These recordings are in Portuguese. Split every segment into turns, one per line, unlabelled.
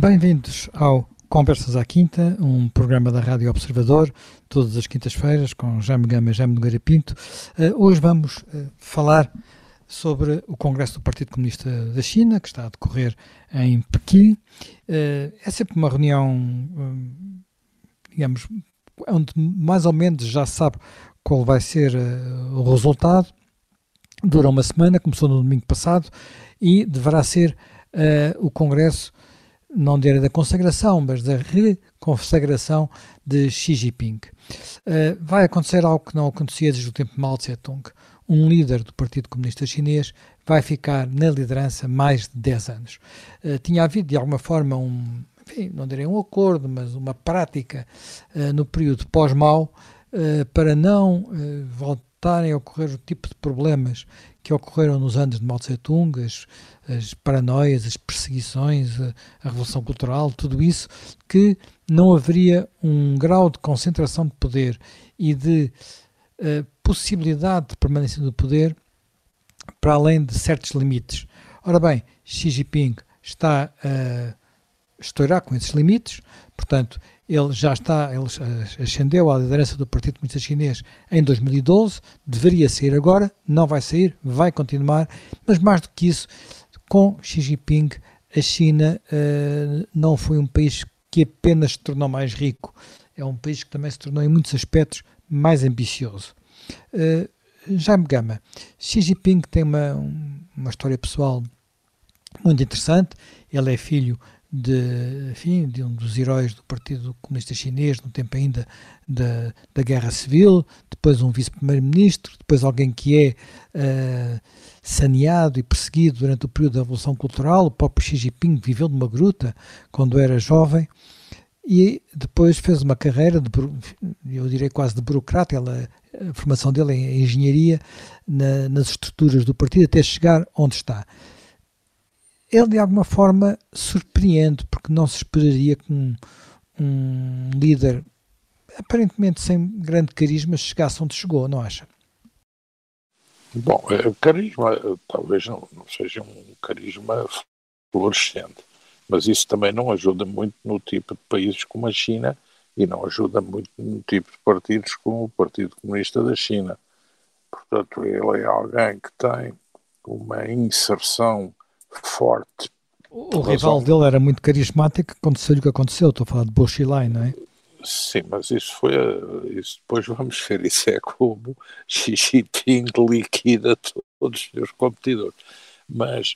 Bem-vindos ao Conversas à Quinta, um programa da Rádio Observador, todas as quintas-feiras, com Jaime Gama e Jaime Nogueira Pinto. Hoje vamos falar sobre o Congresso do Partido Comunista da China, que está a decorrer em Pequim. É sempre uma reunião, digamos, onde mais ou menos já se sabe qual vai ser o resultado. Dura uma semana, começou no domingo passado e deverá ser o Congresso, não direi da consagração, mas da reconsagração de Xi Jinping. Vai acontecer algo que não acontecia desde o tempo de Mao Tse-tung. Um líder do Partido Comunista Chinês vai ficar na liderança mais de 10 anos. Tinha havido, de alguma forma, não direi um acordo, mas uma prática no período pós-Mao para não voltarem a ocorrer o tipo de problemas que ocorreram nos anos de Mao Tse-tung, as paranoias, as perseguições, a Revolução Cultural, tudo isso, que não haveria um grau de concentração de poder e de possibilidade de permanência do poder para além de certos limites. Ora bem, Xi Jinping está a estourar com esses limites, portanto, ele ascendeu à liderança do Partido Comunista Chinês em 2012, deveria sair agora, não vai sair, vai continuar, mas mais do que isso, com Xi Jinping, a China não foi um país que apenas se tornou mais rico, é um país que também se tornou em muitos aspectos mais ambicioso. Jaime Gama, Xi Jinping tem uma história pessoal muito interessante, ele é filho de um dos heróis do Partido Comunista Chinês, no tempo ainda da Guerra Civil, depois um vice-primeiro-ministro, depois alguém que é saneado e perseguido durante o período da Revolução Cultural. O próprio Xi Jinping viveu numa gruta quando era jovem e depois fez uma carreira, eu direi quase de burocrata. A formação dele é em engenharia nas estruturas do partido até chegar onde está. Ele, de alguma forma, surpreende, porque não se esperaria que um líder, aparentemente sem grande carisma, chegasse onde chegou, não acha?
Bom, carisma talvez não seja um carisma fluorescente, mas isso também não ajuda muito no tipo de países como a China e não ajuda muito no tipo de partidos como o Partido Comunista da China. Portanto, ele é alguém que tem uma inserção forte.
O rival dele era muito carismático, aconteceu o que aconteceu, estou a falar de Bo Xilai, não é?
Sim, mas isso depois vamos ver, isso é como Xi Jinping liquida todos os seus competidores. Mas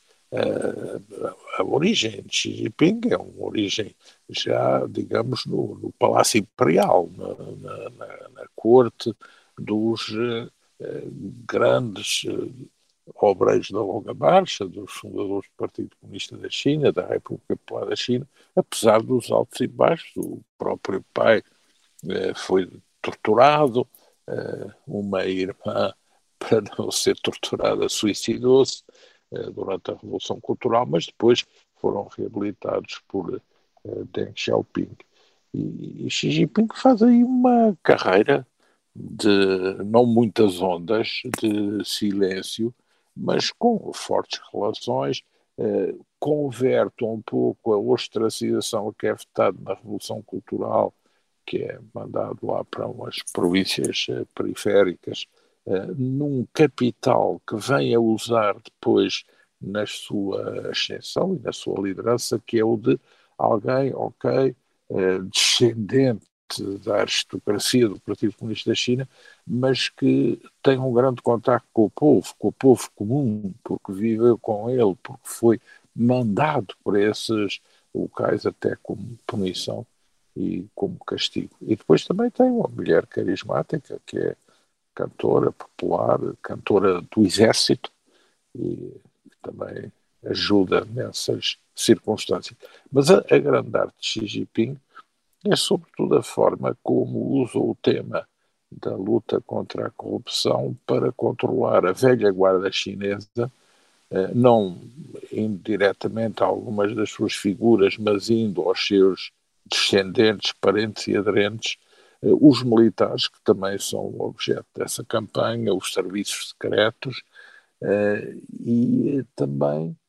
a origem de Xi Jinping é uma origem já, digamos, no Palácio Imperial, na corte dos grandes obreiros da longa marcha, dos fundadores do Partido Comunista da China, da República Popular da China, apesar dos altos e baixos. O próprio pai foi torturado, uma irmã, para não ser torturada, suicidou-se durante a Revolução Cultural, mas depois foram reabilitados por Deng Xiaoping. E Xi Jinping faz aí uma carreira de não muitas ondas, de silêncio, mas com fortes relações, converte um pouco a ostracização que é vetado na Revolução Cultural, que é mandado lá para umas províncias periféricas, num capital que vem a usar depois na sua ascensão e na sua liderança, que é o de alguém, descendente da aristocracia do Partido Comunista da China, mas que tem um grande contacto com o povo comum, porque viveu com ele, porque foi mandado por esses locais até como punição e como castigo. E depois também tem uma mulher carismática, que é cantora popular, cantora do exército, e também ajuda nessas circunstâncias. Mas a grande arte de Xi Jinping é sobretudo a forma como usa o tema da luta contra a corrupção para controlar a velha guarda chinesa, não indo diretamente a algumas das suas figuras, mas indo aos seus descendentes, parentes e aderentes, os militares, que também são objeto dessa campanha, os serviços secretos, e também,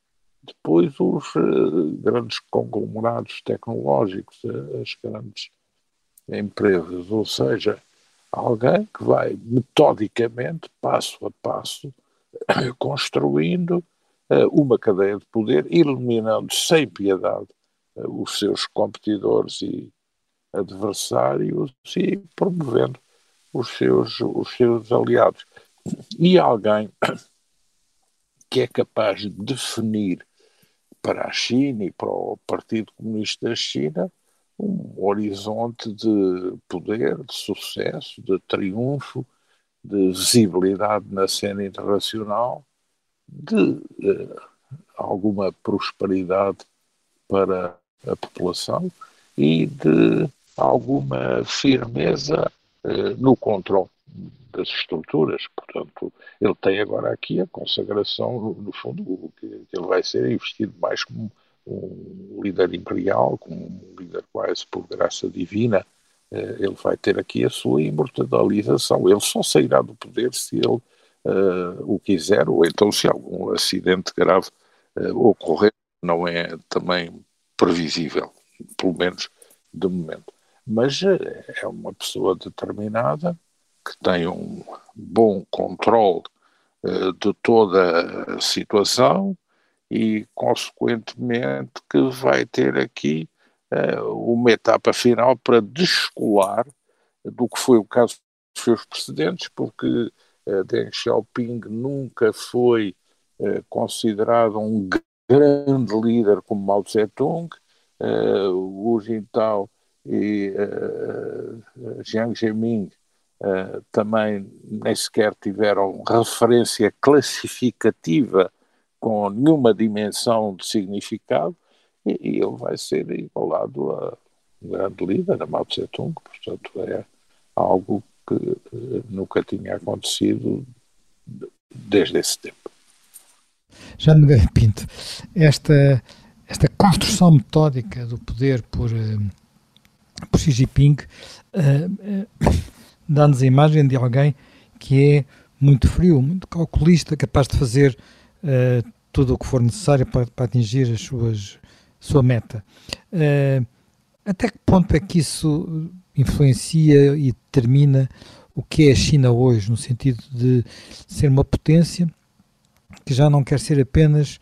Depois os grandes conglomerados tecnológicos, as grandes empresas, ou seja, alguém que vai metodicamente, passo a passo, construindo uma cadeia de poder, eliminando sem piedade os seus competidores e adversários e promovendo os seus aliados. E alguém que é capaz de definir para a China e para o Partido Comunista da China um horizonte de poder, de sucesso, de triunfo, de visibilidade na cena internacional, de alguma prosperidade para a população e de alguma firmeza no controle das estruturas. Portanto, ele tem agora aqui a consagração, no fundo, que ele vai ser investido mais como um líder imperial, como um líder quase por graça divina. Ele vai ter aqui a sua imortalização. Ele só sairá do poder se ele o quiser, ou então se algum acidente grave ocorrer, não é também previsível, pelo menos de momento. Mas é uma pessoa determinada, que tem um bom controle de toda a situação e, consequentemente, que vai ter aqui uma etapa final para descolar do que foi o caso dos seus precedentes, porque Deng Xiaoping nunca foi considerado um grande líder como Mao Tse-tung. Hu Jintao e Jiang Zemin também nem sequer tiveram referência classificativa com nenhuma dimensão de significado, e ele vai ser igualado a um grande líder, a Mao Tse-tung. Portanto, é algo que nunca tinha acontecido desde esse tempo.
Já Nogueira Pinto, esta construção metódica do poder por Xi Jinping dá-nos a imagem de alguém que é muito frio, muito calculista, capaz de fazer tudo o que for necessário para atingir sua meta. Até que ponto é que isso influencia e determina o que é a China hoje, no sentido de ser uma potência que já não quer ser apenas,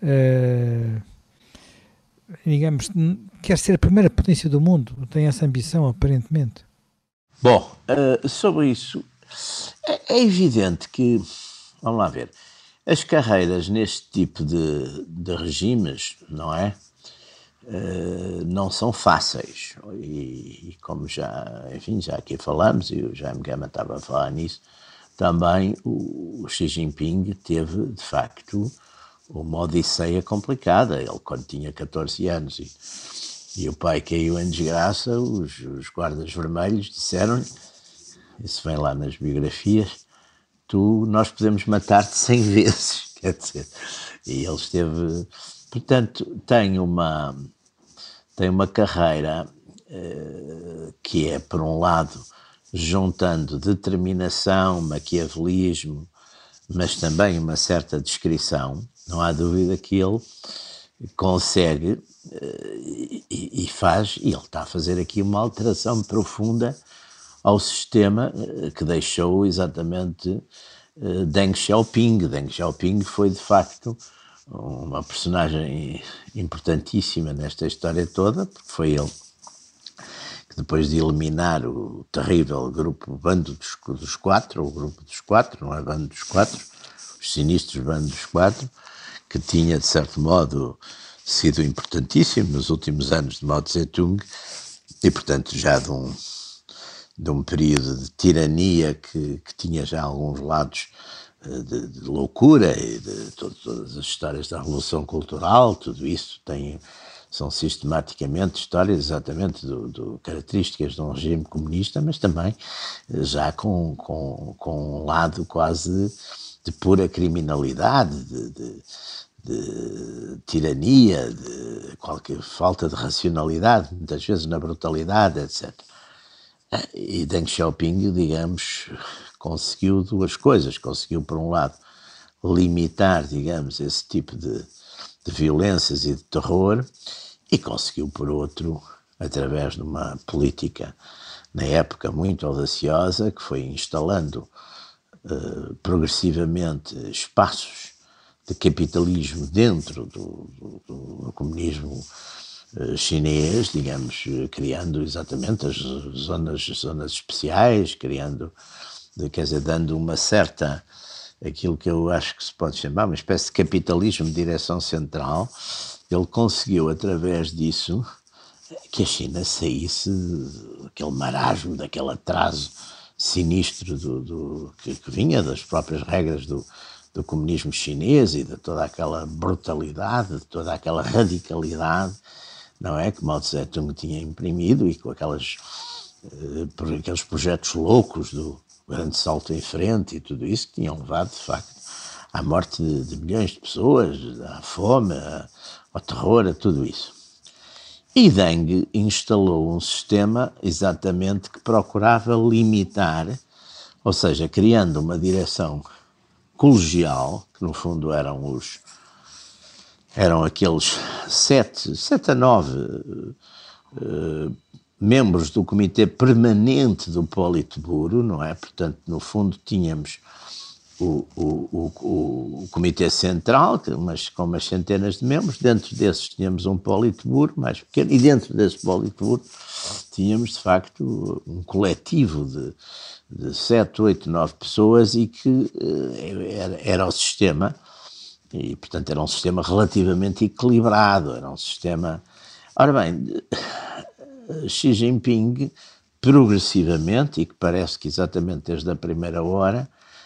digamos, quer ser a primeira potência do mundo, tem essa ambição, aparentemente?
Bom, sobre isso, é evidente que, vamos lá ver, as carreiras neste tipo de regimes, não é? Não são fáceis, e como já aqui falamos, e o Jaime Gama estava a falar nisso, também o Xi Jinping teve, de facto, uma odisseia complicada. Ele, quando tinha 14 anos e o pai caiu em desgraça, os guardas vermelhos disseram-lhe, isso vem lá nas biografias, nós podemos matar-te 100 vezes, quer dizer, e ele esteve, portanto, tem uma carreira que é, por um lado, juntando determinação, maquiavelismo, mas também uma certa descrição. Não há dúvida que ele consegue e faz, e ele está a fazer aqui uma alteração profunda ao sistema que deixou exatamente Deng Xiaoping. Deng Xiaoping foi, de facto, uma personagem importantíssima nesta história toda, porque foi ele que, depois de eliminar o terrível bando dos quatro, o grupo dos quatro, não é bando dos quatro, os sinistros bando dos quatro, que tinha, de certo modo, sido importantíssimo nos últimos anos de Mao Tse-tung, e, portanto, já de um período de tirania que tinha já alguns lados de loucura, e de todas as histórias da Revolução Cultural, tudo isso são sistematicamente histórias exatamente características de um regime comunista, mas também já com um lado quase de pura criminalidade, de tirania, de qualquer falta de racionalidade, muitas vezes na brutalidade, etc. E Deng Xiaoping, digamos, conseguiu duas coisas. Conseguiu, por um lado, limitar, digamos, esse tipo de de violências e de terror, e conseguiu, por outro, através de uma política, na época, muito audaciosa, que foi instalando progressivamente espaços de capitalismo dentro do comunismo chinês, digamos, criando exatamente as zonas especiais, criando, quer dizer, dando uma certa, aquilo que eu acho que se pode chamar uma espécie de capitalismo de direção central. Ele conseguiu, através disso, que a China saísse daquele marasmo, daquele atraso sinistro que vinha das próprias regras do comunismo chinês e de toda aquela brutalidade, de toda aquela radicalidade, não é, que Mao Tse-tung tinha imprimido, e com aqueles projetos loucos do grande salto em frente e tudo isso, que tinham levado, de facto, à morte de milhões de pessoas, à fome, ao terror, a tudo isso. E Deng instalou um sistema exatamente que procurava limitar, ou seja, criando uma direção colegial, que no fundo eram aqueles 7 a 9 membros do Comitê Permanente do Politburo, não é? Portanto, no fundo, tínhamos o Comitê Central, com umas centenas de membros. Dentro desses tínhamos um Politburo mais pequeno, e dentro desse Politburo tínhamos, de facto, um coletivo de 7, 8, 9 pessoas, e que era o sistema, e, portanto, era um sistema relativamente equilibrado, era um sistema... Ora bem, Xi Jinping, progressivamente, e que parece que exatamente desde a primeira hora,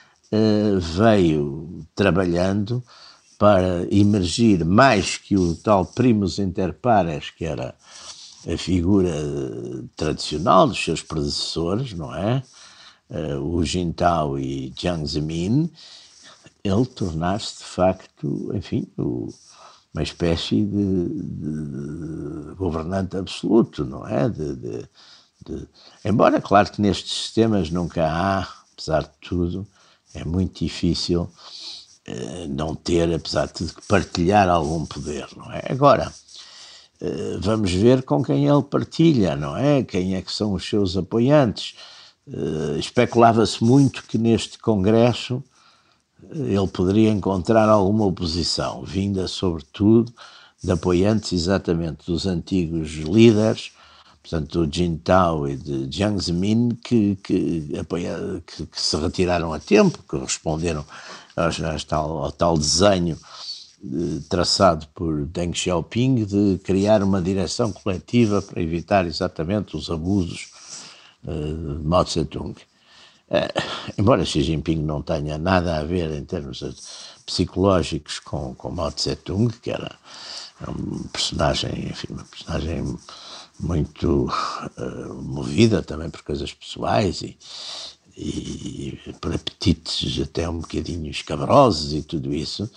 veio trabalhando para emergir mais que o tal primus inter pares, que era a figura tradicional dos seus predecessores, não é? O Jintao e Jiang Zemin, ele tornar-se de facto, enfim, uma espécie de governante absoluto, não é? Embora, claro que nestes sistemas nunca há, apesar de tudo, é muito difícil não ter, apesar de tudo, partilhar algum poder, não é? Agora, vamos ver com quem ele partilha, não é? Quem é que são os seus apoiantes. Especulava-se muito que neste Congresso ele poderia encontrar alguma oposição, vinda sobretudo de apoiantes exatamente dos antigos líderes, portanto do Jintao e de Jiang Zemin, que se retiraram a tempo, que responderam ao tal desenho traçado por Deng Xiaoping de criar uma direção coletiva para evitar exatamente os abusos de Mao Tse-tung. Embora Xi Jinping não tenha nada a ver em termos psicológicos com Mao Tse-tung, que era um personagem, enfim, uma personagem muito movida também por coisas pessoais e por apetites até um bocadinho escabrosos e tudo isso.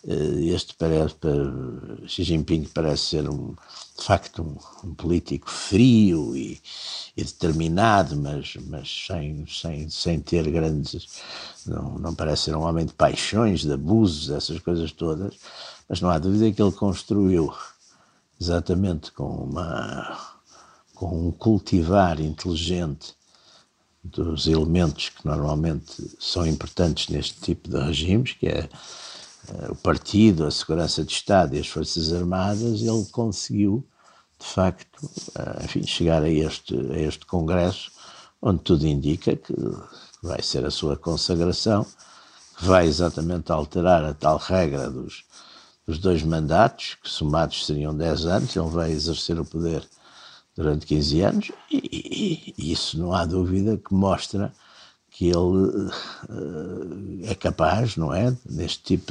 Xi Jinping parece ser de facto um político frio e determinado, mas sem ter grandes... Não parece ser um homem de paixões, de abusos, essas coisas todas, mas não há dúvida que ele construiu exatamente com um cultivar inteligente dos elementos que normalmente são importantes neste tipo de regimes, que é o partido, a segurança de Estado e as Forças Armadas. Ele conseguiu, de facto, enfim, chegar a este Congresso, onde tudo indica que vai ser a sua consagração, que vai exatamente alterar a tal regra dos 2 mandatos, que somados seriam 10 anos. Ele vai exercer o poder durante 15 anos, e isso não há dúvida que mostra que ele é capaz, não é, neste tipo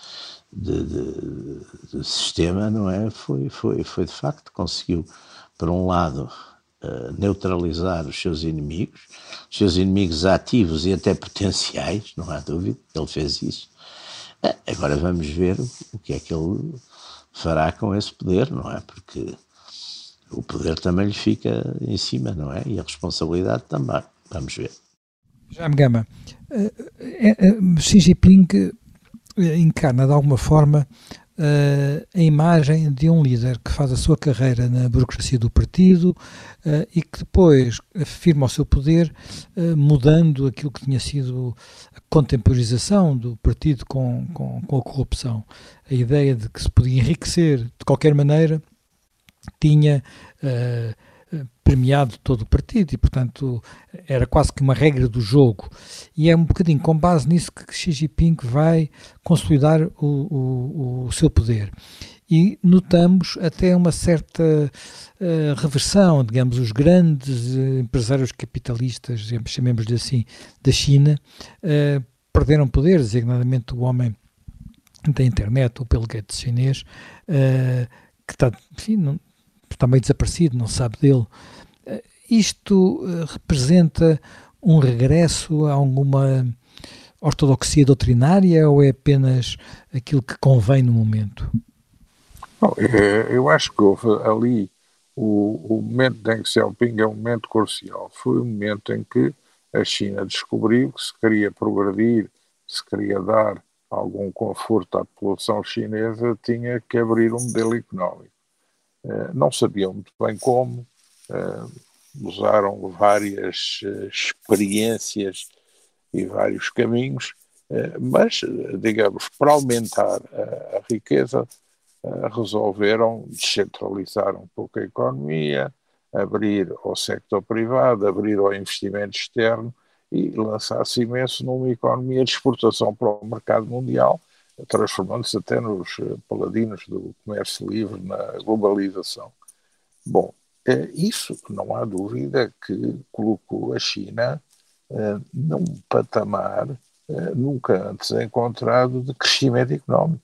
de sistema, não é, foi de facto, conseguiu, por um lado, neutralizar os seus inimigos ativos e até potenciais, não há dúvida, ele fez isso. Agora vamos ver o que é que ele fará com esse poder, não é, porque o poder também lhe fica em cima, não é, e a responsabilidade também, vamos ver.
Jaime Gama, Xi Jinping encarna de alguma forma a imagem de um líder que faz a sua carreira na burocracia do partido e que depois afirma o seu poder, mudando aquilo que tinha sido a contemporização do partido com a corrupção. A ideia de que se podia enriquecer de qualquer maneira tinha premiado todo o partido e, portanto, era quase que uma regra do jogo. E é um bocadinho com base nisso que Xi Jinping vai consolidar o seu poder. E notamos até uma certa reversão, digamos, os grandes empresários capitalistas, chamemos-lhe assim, da China, perderam poder, designadamente o homem da internet, o Bill Gates chinês, que está, enfim, está meio desaparecido, não sabe dele. Isto representa um regresso a alguma ortodoxia doutrinária ou é apenas aquilo que convém no momento?
Bom, eu acho que houve ali o momento de Deng Xiaoping é um momento crucial. Foi o momento em que a China descobriu que se queria progredir, se queria dar algum conforto à população chinesa, tinha que abrir um modelo económico. Não sabiam muito bem como, usaram várias experiências e vários caminhos, mas, digamos, para aumentar a riqueza, resolveram descentralizar um pouco a economia, abrir ao sector privado, abrir ao investimento externo e lançar-se imenso numa economia de exportação para o mercado mundial, transformando-se até nos paladinos do comércio livre na globalização. Bom, isso não há dúvida que colocou a China num patamar nunca antes encontrado de crescimento económico.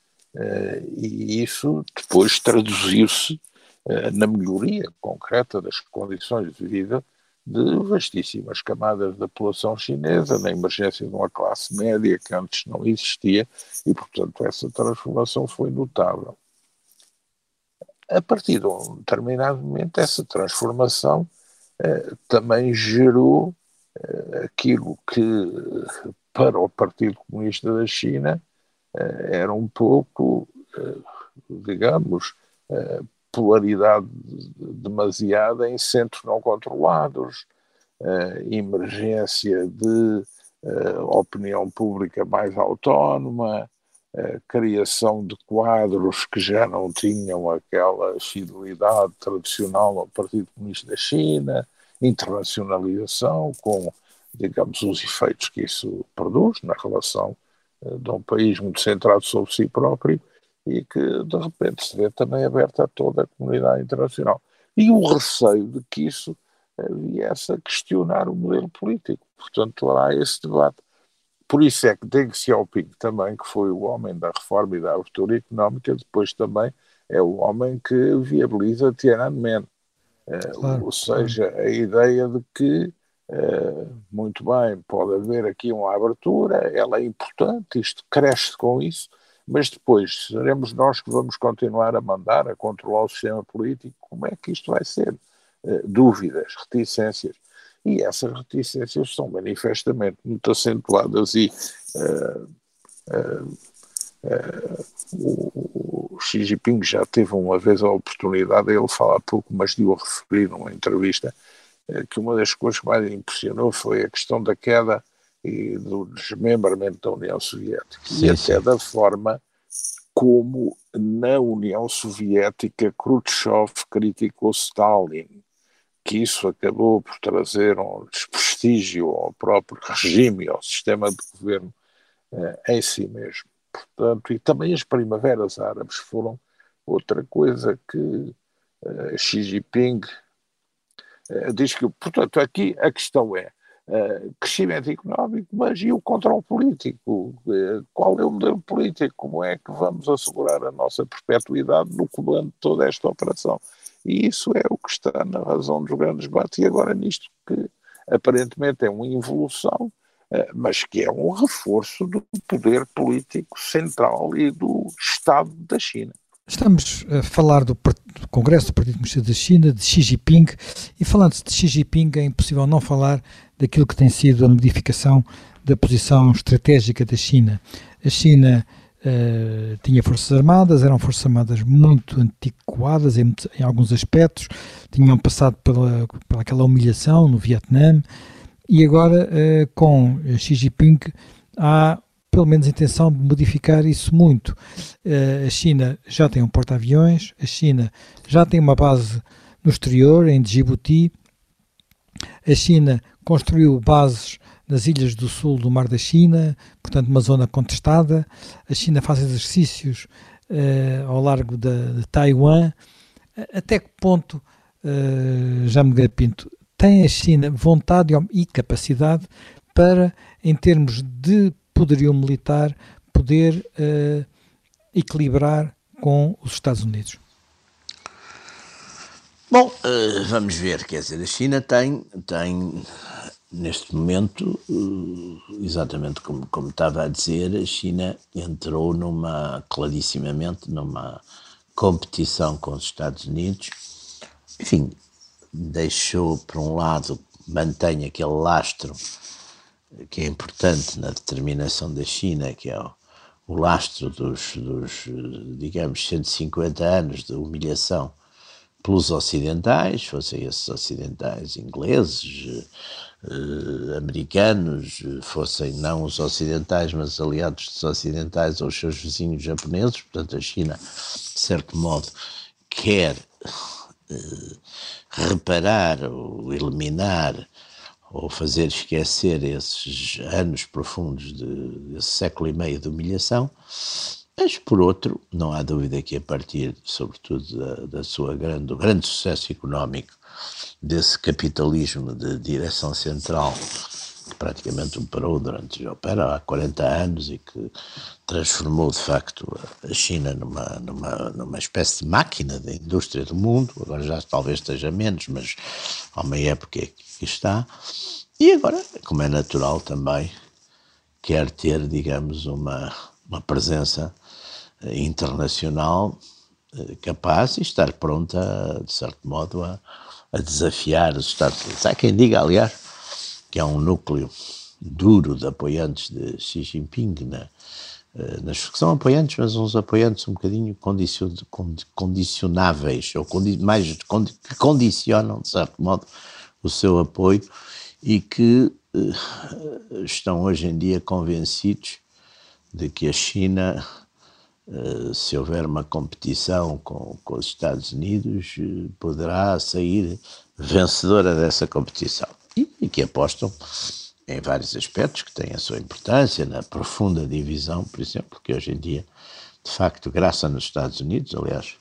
E isso depois traduziu-se na melhoria concreta das condições de vida de vastíssimas camadas da população chinesa, na emergência de uma classe média que antes não existia e, portanto, essa transformação foi notável. A partir de um determinado momento, essa transformação também gerou aquilo que, para o Partido Comunista da China, era um pouco, digamos, polaridade demasiada em centros não controlados, emergência de opinião pública mais autónoma, criação de quadros que já não tinham aquela fidelidade tradicional ao Partido Comunista da China, internacionalização com, digamos, os efeitos que isso produz na relação de um país muito centrado sobre si próprio e que de repente se vê também aberto a toda a comunidade internacional. E o receio de que isso viesse a questionar o modelo político. Portanto, há esse debate. Por isso é que Deng Xiaoping também, que foi o homem da reforma e da abertura económica, depois também é o homem que viabiliza Tiananmen. Claro, ou seja, a ideia de que muito bem, pode haver aqui uma abertura, ela é importante, isto cresce com isso, mas depois seremos nós que vamos continuar a mandar, a controlar o sistema político. Como é que isto vai ser? Dúvidas, reticências. E essas reticências são manifestamente muito acentuadas e o Xi Jinping já teve uma vez a oportunidade, ele fala pouco, mas de o referir numa entrevista, que uma das coisas que mais impressionou foi a questão da queda e do desmembramento da União Soviética. Sim, e até da forma como na União Soviética Khrushchev criticou Stalin, que isso acabou por trazer um desprestígio ao próprio regime, ao sistema de governo em si mesmo. Portanto, e também as primaveras árabes foram outra coisa que Xi Jinping diz que, portanto, aqui a questão é crescimento económico, mas e o controle político? Qual é o modelo político? Como é que vamos assegurar a nossa perpetuidade no comando de toda esta operação? E isso é o que está na razão dos grandes debates, e agora nisto que aparentemente é uma involução, mas que é um reforço do poder político central e do Estado da China.
Estamos a falar do Congresso do Partido Comunista da China, de Xi Jinping, e falando-se de Xi Jinping é impossível não falar daquilo que tem sido a modificação da posição estratégica da China. A China tinha forças armadas, eram forças armadas muito antiquadas em alguns aspectos, tinham passado pela aquela humilhação no Vietnã, e agora com Xi Jinping há pelo menos a intenção de modificar isso muito. A China já tem um porta-aviões, a China já tem uma base no exterior, em Djibouti, a China construiu bases nas ilhas do sul do Mar da China, portanto uma zona contestada. A China faz exercícios ao largo de Taiwan. Até que ponto, Jaime Nogueira Pinto, tem a China vontade e capacidade para, em termos de poderio militar, poder equilibrar com os Estados Unidos?
Bom, vamos ver, quer dizer, a China tem neste momento, exatamente como estava a dizer, a China entrou clarissimamente numa competição com os Estados Unidos. Enfim, deixou, por um lado, mantém aquele lastro que é importante na determinação da China, que é o lastro dos, digamos, 150 anos de humilhação pelos ocidentais, fossem esses ocidentais ingleses, americanos, fossem não os ocidentais, mas aliados dos ocidentais ou os seus vizinhos japoneses. Portanto, a China, de certo modo, quer reparar ou eliminar ou fazer esquecer esses anos profundos desse século e meio de humilhação. Mas, por outro, não há dúvida que a partir, sobretudo, do grande sucesso económico, desse capitalismo de direção central, que praticamente opera há 40 anos e que transformou, de facto, a China numa espécie de máquina da indústria do mundo. Agora já talvez esteja menos, mas há uma época que está. E agora, como é natural também, quer ter, digamos, uma presença internacional capaz e estar pronta, de certo modo, a desafiar os Estados Unidos. Há quem diga, aliás, que há um núcleo duro de apoiantes de Xi Jinping, que são apoiantes, mas uns apoiantes um bocadinho condicionáveis, ou que condicionam, de certo modo, o seu apoio e que estão hoje em dia convencidos de que a China, se houver uma competição com os Estados Unidos, poderá sair vencedora dessa competição. E que apostam em vários aspectos que têm a sua importância, na profunda divisão, por exemplo, que hoje em dia, de facto, graça nos Estados Unidos. Aliás,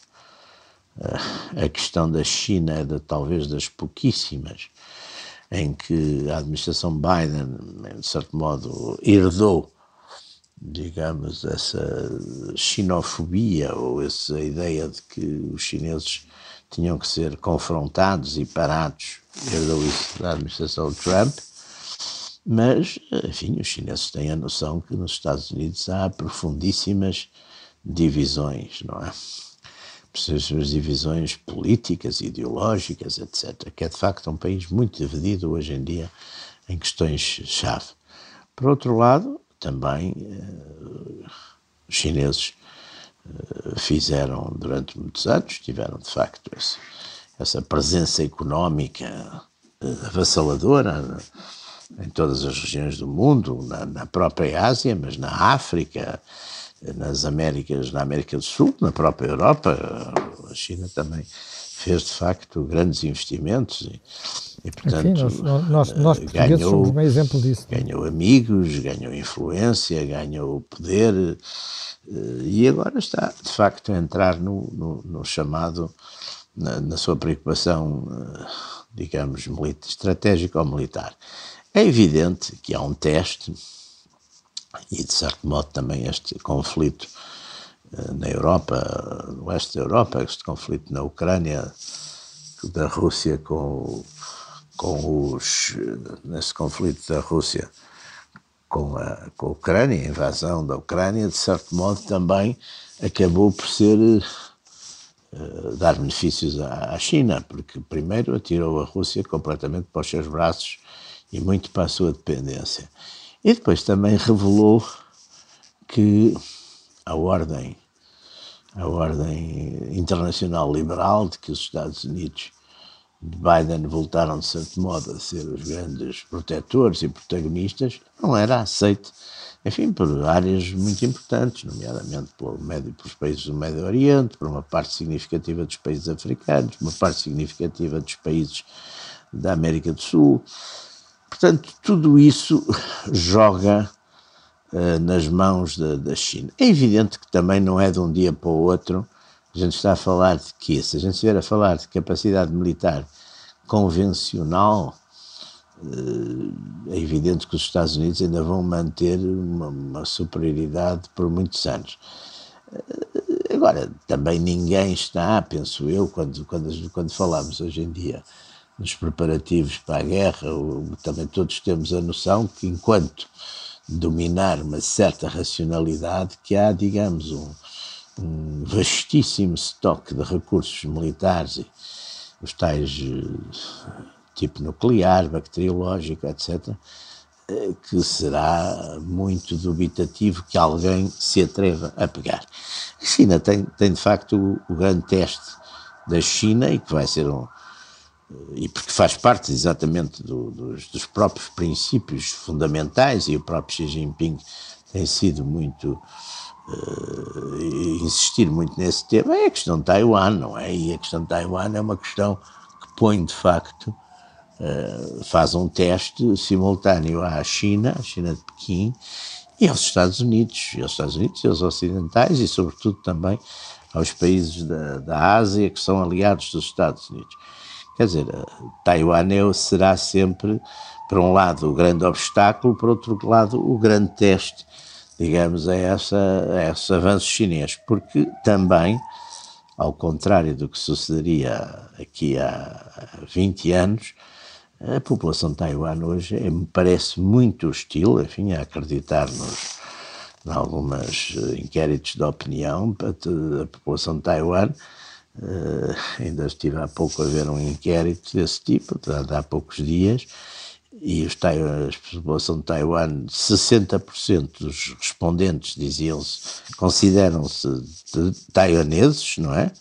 a questão da China é talvez das pouquíssimas em que a administração Biden, de certo modo, herdou, digamos, essa xenofobia ou essa ideia de que os chineses tinham que ser confrontados e parados, herdou isso da administração Trump. Mas, enfim, os chineses têm a noção que nos Estados Unidos há profundíssimas divisões, não é? As divisões políticas, ideológicas, etc., que é de facto um país muito dividido hoje em dia em questões-chave. Por outro lado, também os chineses fizeram durante muitos anos, tiveram de facto essa presença económica avassaladora em todas as regiões do mundo, na própria Ásia, mas na África, nas Américas, na América do Sul, na própria Europa. A China também fez, de facto, grandes investimentos e portanto,
enfim, nós portugueses somos um exemplo disso.
Ganhou amigos, ganhou influência, ganhou poder e agora está, de facto, a entrar no chamado, na sua preocupação, digamos, estratégica ou militar. É evidente que há um teste e, de certo modo, também este conflito na Europa, no oeste da Europa, este conflito na Ucrânia, da Rússia nesse conflito da Rússia com a Ucrânia, a invasão da Ucrânia, de certo modo, também acabou por dar benefícios à China, porque primeiro atirou a Rússia completamente para os seus braços e muito para a sua dependência. E depois também revelou que a ordem internacional liberal, de que os Estados Unidos de Biden voltaram, de certo modo, a ser os grandes protetores e protagonistas, não era aceito, enfim, por áreas muito importantes, nomeadamente pelos países do Médio Oriente, por uma parte significativa dos países africanos, uma parte significativa dos países da América do Sul. Portanto, tudo isso joga nas mãos da China. É evidente que também não é de um dia para o outro. A gente está a falar de quê? Se a gente estiver a falar de capacidade militar convencional, é evidente que os Estados Unidos ainda vão manter uma superioridade por muitos anos. Agora, também ninguém está, penso eu, quando falamos hoje em dia dos preparativos para a guerra, também todos temos a noção que, enquanto dominar uma certa racionalidade, que há, digamos, um vastíssimo estoque de recursos militares, os tais tipo nuclear, bacteriológico, etc., que será muito dubitativo que alguém se atreva a pegar. A China tem de facto o grande teste da China, e que vai ser e porque faz parte exatamente dos próprios princípios fundamentais, e o próprio Xi Jinping tem sido muito insistir muito nesse tema, é a questão de Taiwan, não é? E a questão de Taiwan é uma questão que põe de facto, faz um teste simultâneo à China, a China de Pequim, e aos Estados Unidos e aos ocidentais, e sobretudo também aos países da Ásia que são aliados dos Estados Unidos. Quer dizer, Taiwan será sempre, por um lado, o grande obstáculo, por outro lado, o grande teste, digamos, a esse avanço chinês, porque também, ao contrário do que sucederia aqui há 20 anos, a população de Taiwan hoje me parece muito hostil, enfim, a acreditar em alguns inquéritos de opinião. A população de Taiwan, ainda estive há pouco a ver um inquérito desse tipo, há poucos dias, e a população de Taiwan, 60% dos respondentes consideram-se taiwaneses, não é?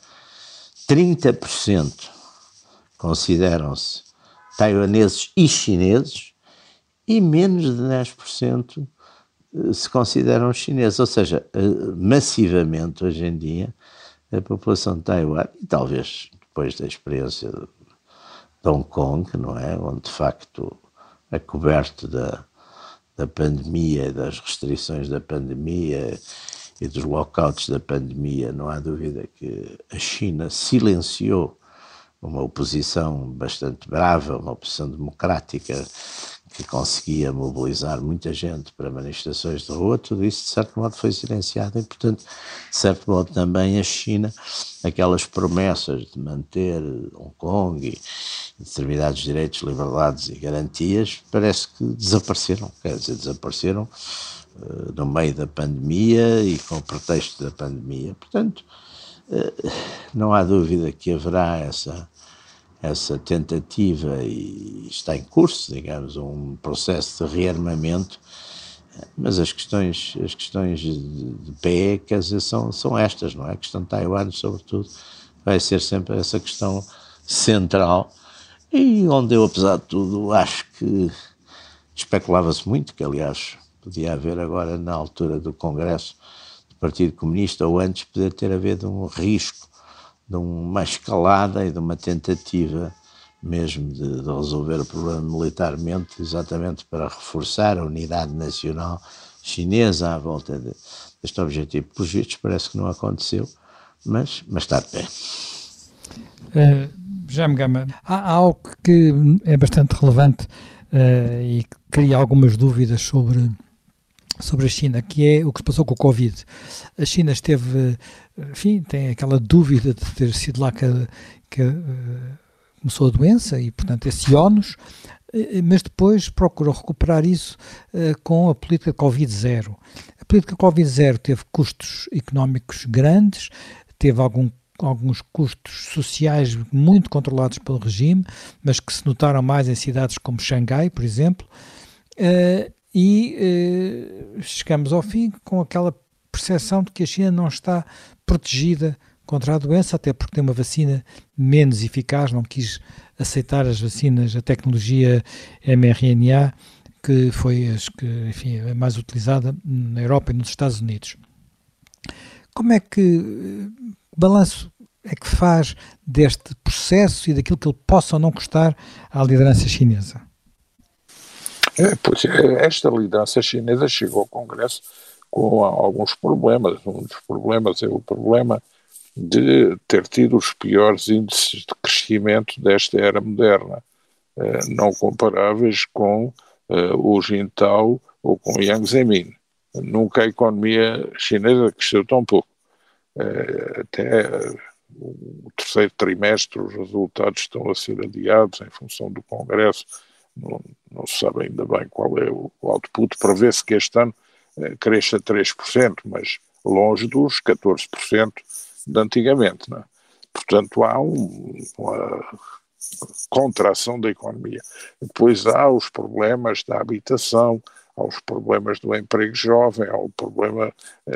30% consideram-se taiwaneses e chineses, e menos de 10% se consideram chineses. Ou seja, massivamente hoje em dia a população de Taiwan, e talvez depois da experiência de Hong Kong, não é? Onde de facto, a coberto da pandemia, das restrições da pandemia e dos lockouts da pandemia, não há dúvida que a China silenciou uma oposição bastante brava, uma oposição democrática que conseguia mobilizar muita gente para manifestações de rua. Tudo isso, de certo modo, foi silenciado, e, portanto, de certo modo, também a China, aquelas promessas de manter Hong Kong e determinados direitos, liberdades e garantias, parece que desapareceram. Quer dizer, desapareceram no meio da pandemia e com o pretexto da pandemia. Portanto, não há dúvida que haverá essa tentativa, e está em curso, digamos, um processo de rearmamento, mas as questões de pé, quer dizer, são estas, não é? A questão de Taiwan, sobretudo, vai ser sempre essa questão central, e onde eu, apesar de tudo, acho que especulava-se muito, que aliás podia haver agora, na altura do Congresso do Partido Comunista, ou antes, poder ter havido um risco de uma escalada e de uma tentativa mesmo de resolver o problema militarmente, exatamente para reforçar a unidade nacional chinesa à volta deste objetivo. Por vistos, parece que não aconteceu, mas está de pé.
Jaime Gama, há algo que é bastante relevante e que cria algumas dúvidas sobre a China, que é o que se passou com o Covid. A China esteve, enfim, tem aquela dúvida de ter sido lá que começou a doença, e, portanto, esse ónus, mas depois procurou recuperar isso com a política Covid-0. A política Covid-0 teve custos económicos grandes, teve alguns custos sociais muito controlados pelo regime, mas que se notaram mais em cidades como Xangai, por exemplo, e chegamos ao fim com aquela percepção de que a China não está protegida contra a doença, até porque tem uma vacina menos eficaz, não quis aceitar as vacinas, a tecnologia mRNA, que foi enfim, a mais utilizada na Europa e nos Estados Unidos. Como é que balanço é que faz deste processo e daquilo que ele possa ou não custar à liderança chinesa?
Pois é, esta liderança chinesa chegou ao Congresso com alguns problemas. Um dos problemas é o problema de ter tido os piores índices de crescimento desta era moderna, não comparáveis com o Jintao ou com o Jiang Zemin. Nunca a economia chinesa cresceu tão pouco. Até o terceiro trimestre os resultados estão a ser adiados em função do Congresso. Não se sabe ainda bem qual é o output. Prevê-se que este ano cresça 3%, mas longe dos 14% de antigamente. Não é? Portanto, há uma contração da economia. Depois há os problemas da habitação, há os problemas do emprego jovem, há o problema,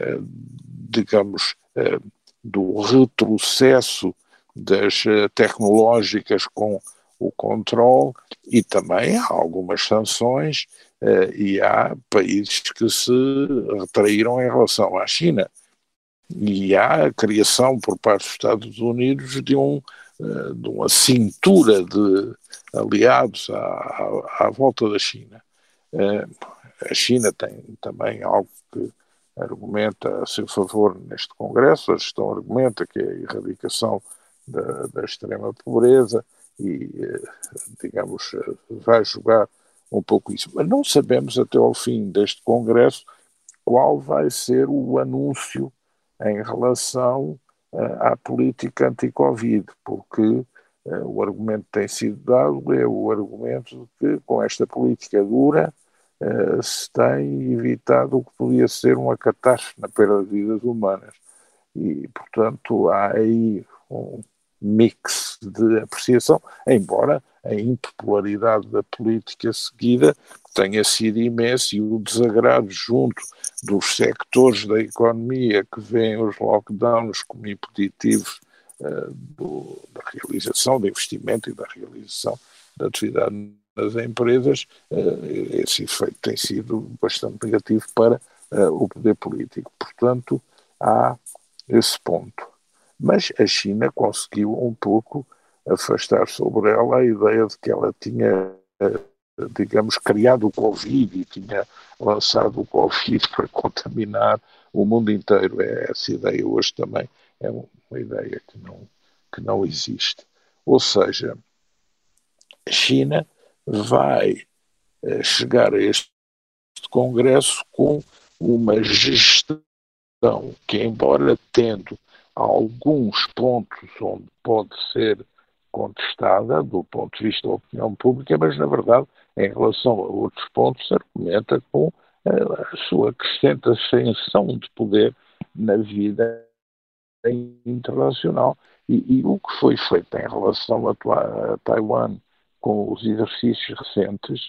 digamos, do retrocesso das tecnológicas com o controle, e também há algumas sanções e há países que se retraíram em relação à China. E há a criação por parte dos Estados Unidos de uma cintura de aliados à volta da China. A China tem também algo que argumenta a seu favor neste Congresso. A gestão argumenta que é a erradicação da extrema pobreza e, digamos, vai jogar um pouco isso. Mas não sabemos até ao fim deste Congresso qual vai ser o anúncio em relação à política anti-Covid, porque o argumento que tem sido dado é o argumento de que com esta política dura se tem evitado o que podia ser uma catástrofe na perda de vidas humanas. E, portanto, há aí um mix de apreciação, embora a impopularidade da política seguida tenha sido imenso e o desagrado junto dos sectores da economia que veem os lockdowns como impeditivos da realização do investimento e da realização da atividade nas empresas, esse efeito tem sido bastante negativo para o poder político. Portanto, há esse ponto. Mas a China conseguiu um pouco afastar sobre ela a ideia de que ela tinha, digamos, criado o Covid e tinha lançado o Covid para contaminar o mundo inteiro. Essa ideia hoje também é uma ideia que não existe. Ou seja, a China vai chegar a este Congresso com uma gestão que, embora tendo alguns pontos onde pode ser contestada do ponto de vista da opinião pública, mas, na verdade, em relação a outros pontos, argumenta com a sua crescente ascensão de poder na vida internacional. E o que foi feito em relação a Taiwan com os exercícios recentes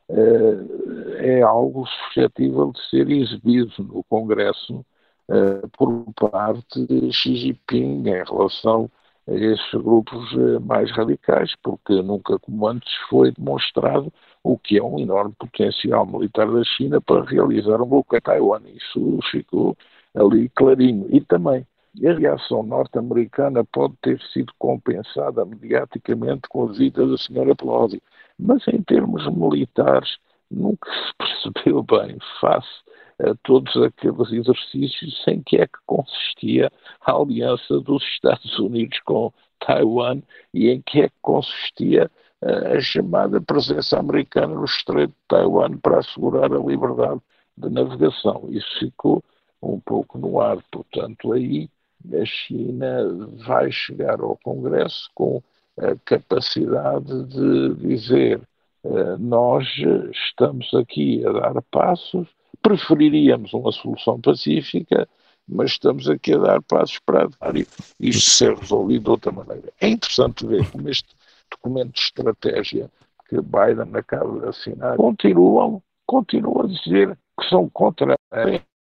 é algo suscetível de ser exibido no Congresso por parte de Xi Jinping em relação a esses grupos mais radicais, porque nunca como antes foi demonstrado o que é um enorme potencial militar da China para realizar um bloqueio de Taiwan. Isso ficou ali clarinho. E também a reação norte-americana pode ter sido compensada mediaticamente com a visita da senhora Pelosi, mas em termos militares nunca se percebeu bem face a todos aqueles exercícios em que é que consistia a aliança dos Estados Unidos com Taiwan e em que é que consistia a chamada presença americana no Estreito de Taiwan para assegurar a liberdade de navegação. Isso ficou um pouco no ar. Portanto, aí a China vai chegar ao Congresso com a capacidade de dizer nós estamos aqui a dar passos, preferiríamos uma solução pacífica, mas estamos aqui a dar passos para isto ser resolvido de outra maneira. É interessante ver como este documento de estratégia que Biden acaba de assinar continua a dizer que são contra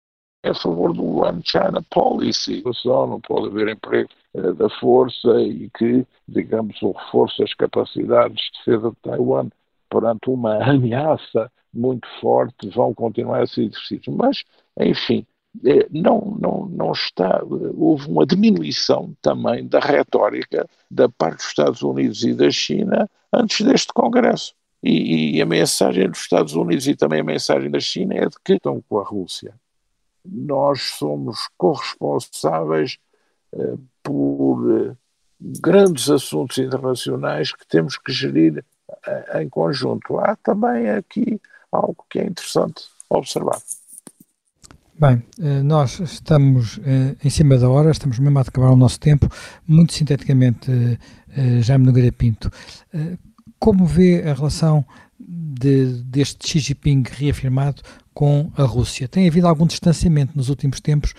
é a favor do One China Policy. Não pode haver emprego da força e que, digamos, o reforço das capacidades de defesa de Taiwan perante uma ameaça muito forte vão continuar a ser exercidos. Mas, enfim, não está. Houve uma diminuição também da retórica da parte dos Estados Unidos e da China antes deste Congresso. E a mensagem dos Estados Unidos e também a mensagem da China é de que estão com a Rússia. Nós somos corresponsáveis por grandes assuntos internacionais que temos que gerir em conjunto. Há também aqui algo que é interessante observar.
Bem, nós estamos em cima da hora, estamos mesmo a acabar o nosso tempo. Muito sinteticamente, Jaime Nogueira Pinto, como vê a relação deste Xi Jinping reafirmado com a Rússia? Tem havido algum distanciamento nos últimos tempos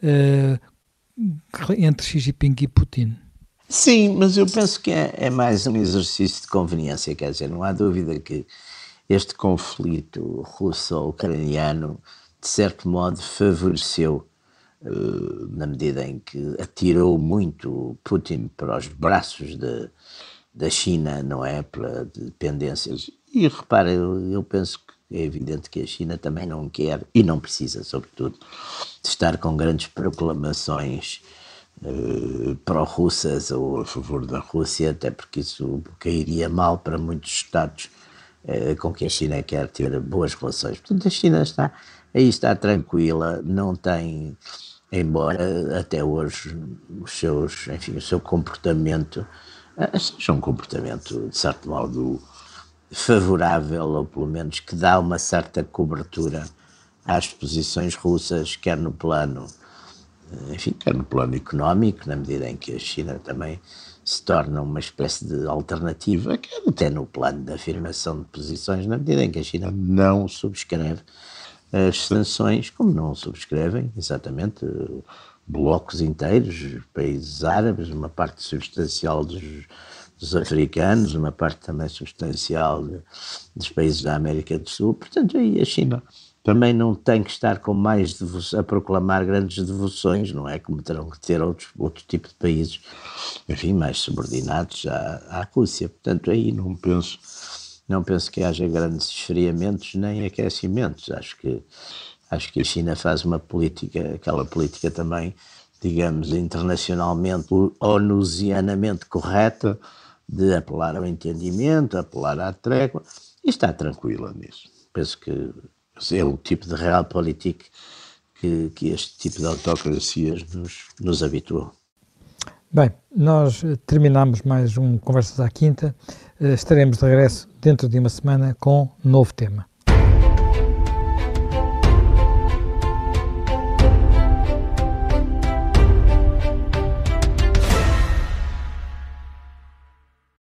entre Xi Jinping e Putin?
Sim, mas eu penso que é mais um exercício de conveniência, quer dizer, não há dúvida que este conflito russo-ucraniano, de certo modo, favoreceu, na medida em que atirou muito Putin para os braços da China, não é? Pela dependências. E repara, eu penso que é evidente que a China também não quer, e não precisa, sobretudo, de estar com grandes proclamações pró-russas ou a favor da Rússia, até porque isso cairia mal para muitos Estados com que a China quer ter boas relações. Portanto, a China está tranquila, não tem, embora até hoje o seu comportamento seja um comportamento, de certo modo, favorável, ou pelo menos que dá uma certa cobertura às posições russas, quer no plano económico, na medida em que a China também se torna uma espécie de alternativa, quer até no plano da afirmação de posições, na medida em que a China não subscreve as sanções, como não subscrevem, exatamente, blocos inteiros, países árabes, uma parte substancial dos africanos, uma parte também substancial dos países da América do Sul. Portanto, aí a China também não tem que estar com mais a proclamar grandes devoções, não é? Como terão que ter outro tipo de países, enfim, mais subordinados à Rússia. Portanto, aí não penso que haja grandes esfriamentos nem aquecimentos. Acho que a China faz uma política, aquela política também, digamos, internacionalmente, onusianamente correta, de apelar ao entendimento, apelar à trégua, e está tranquila nisso. Penso que é o tipo de realpolitik que este tipo de autocracias nos habituou.
Bem, nós terminamos mais um Conversas à Quinta. Estaremos de regresso dentro de uma semana com um novo tema.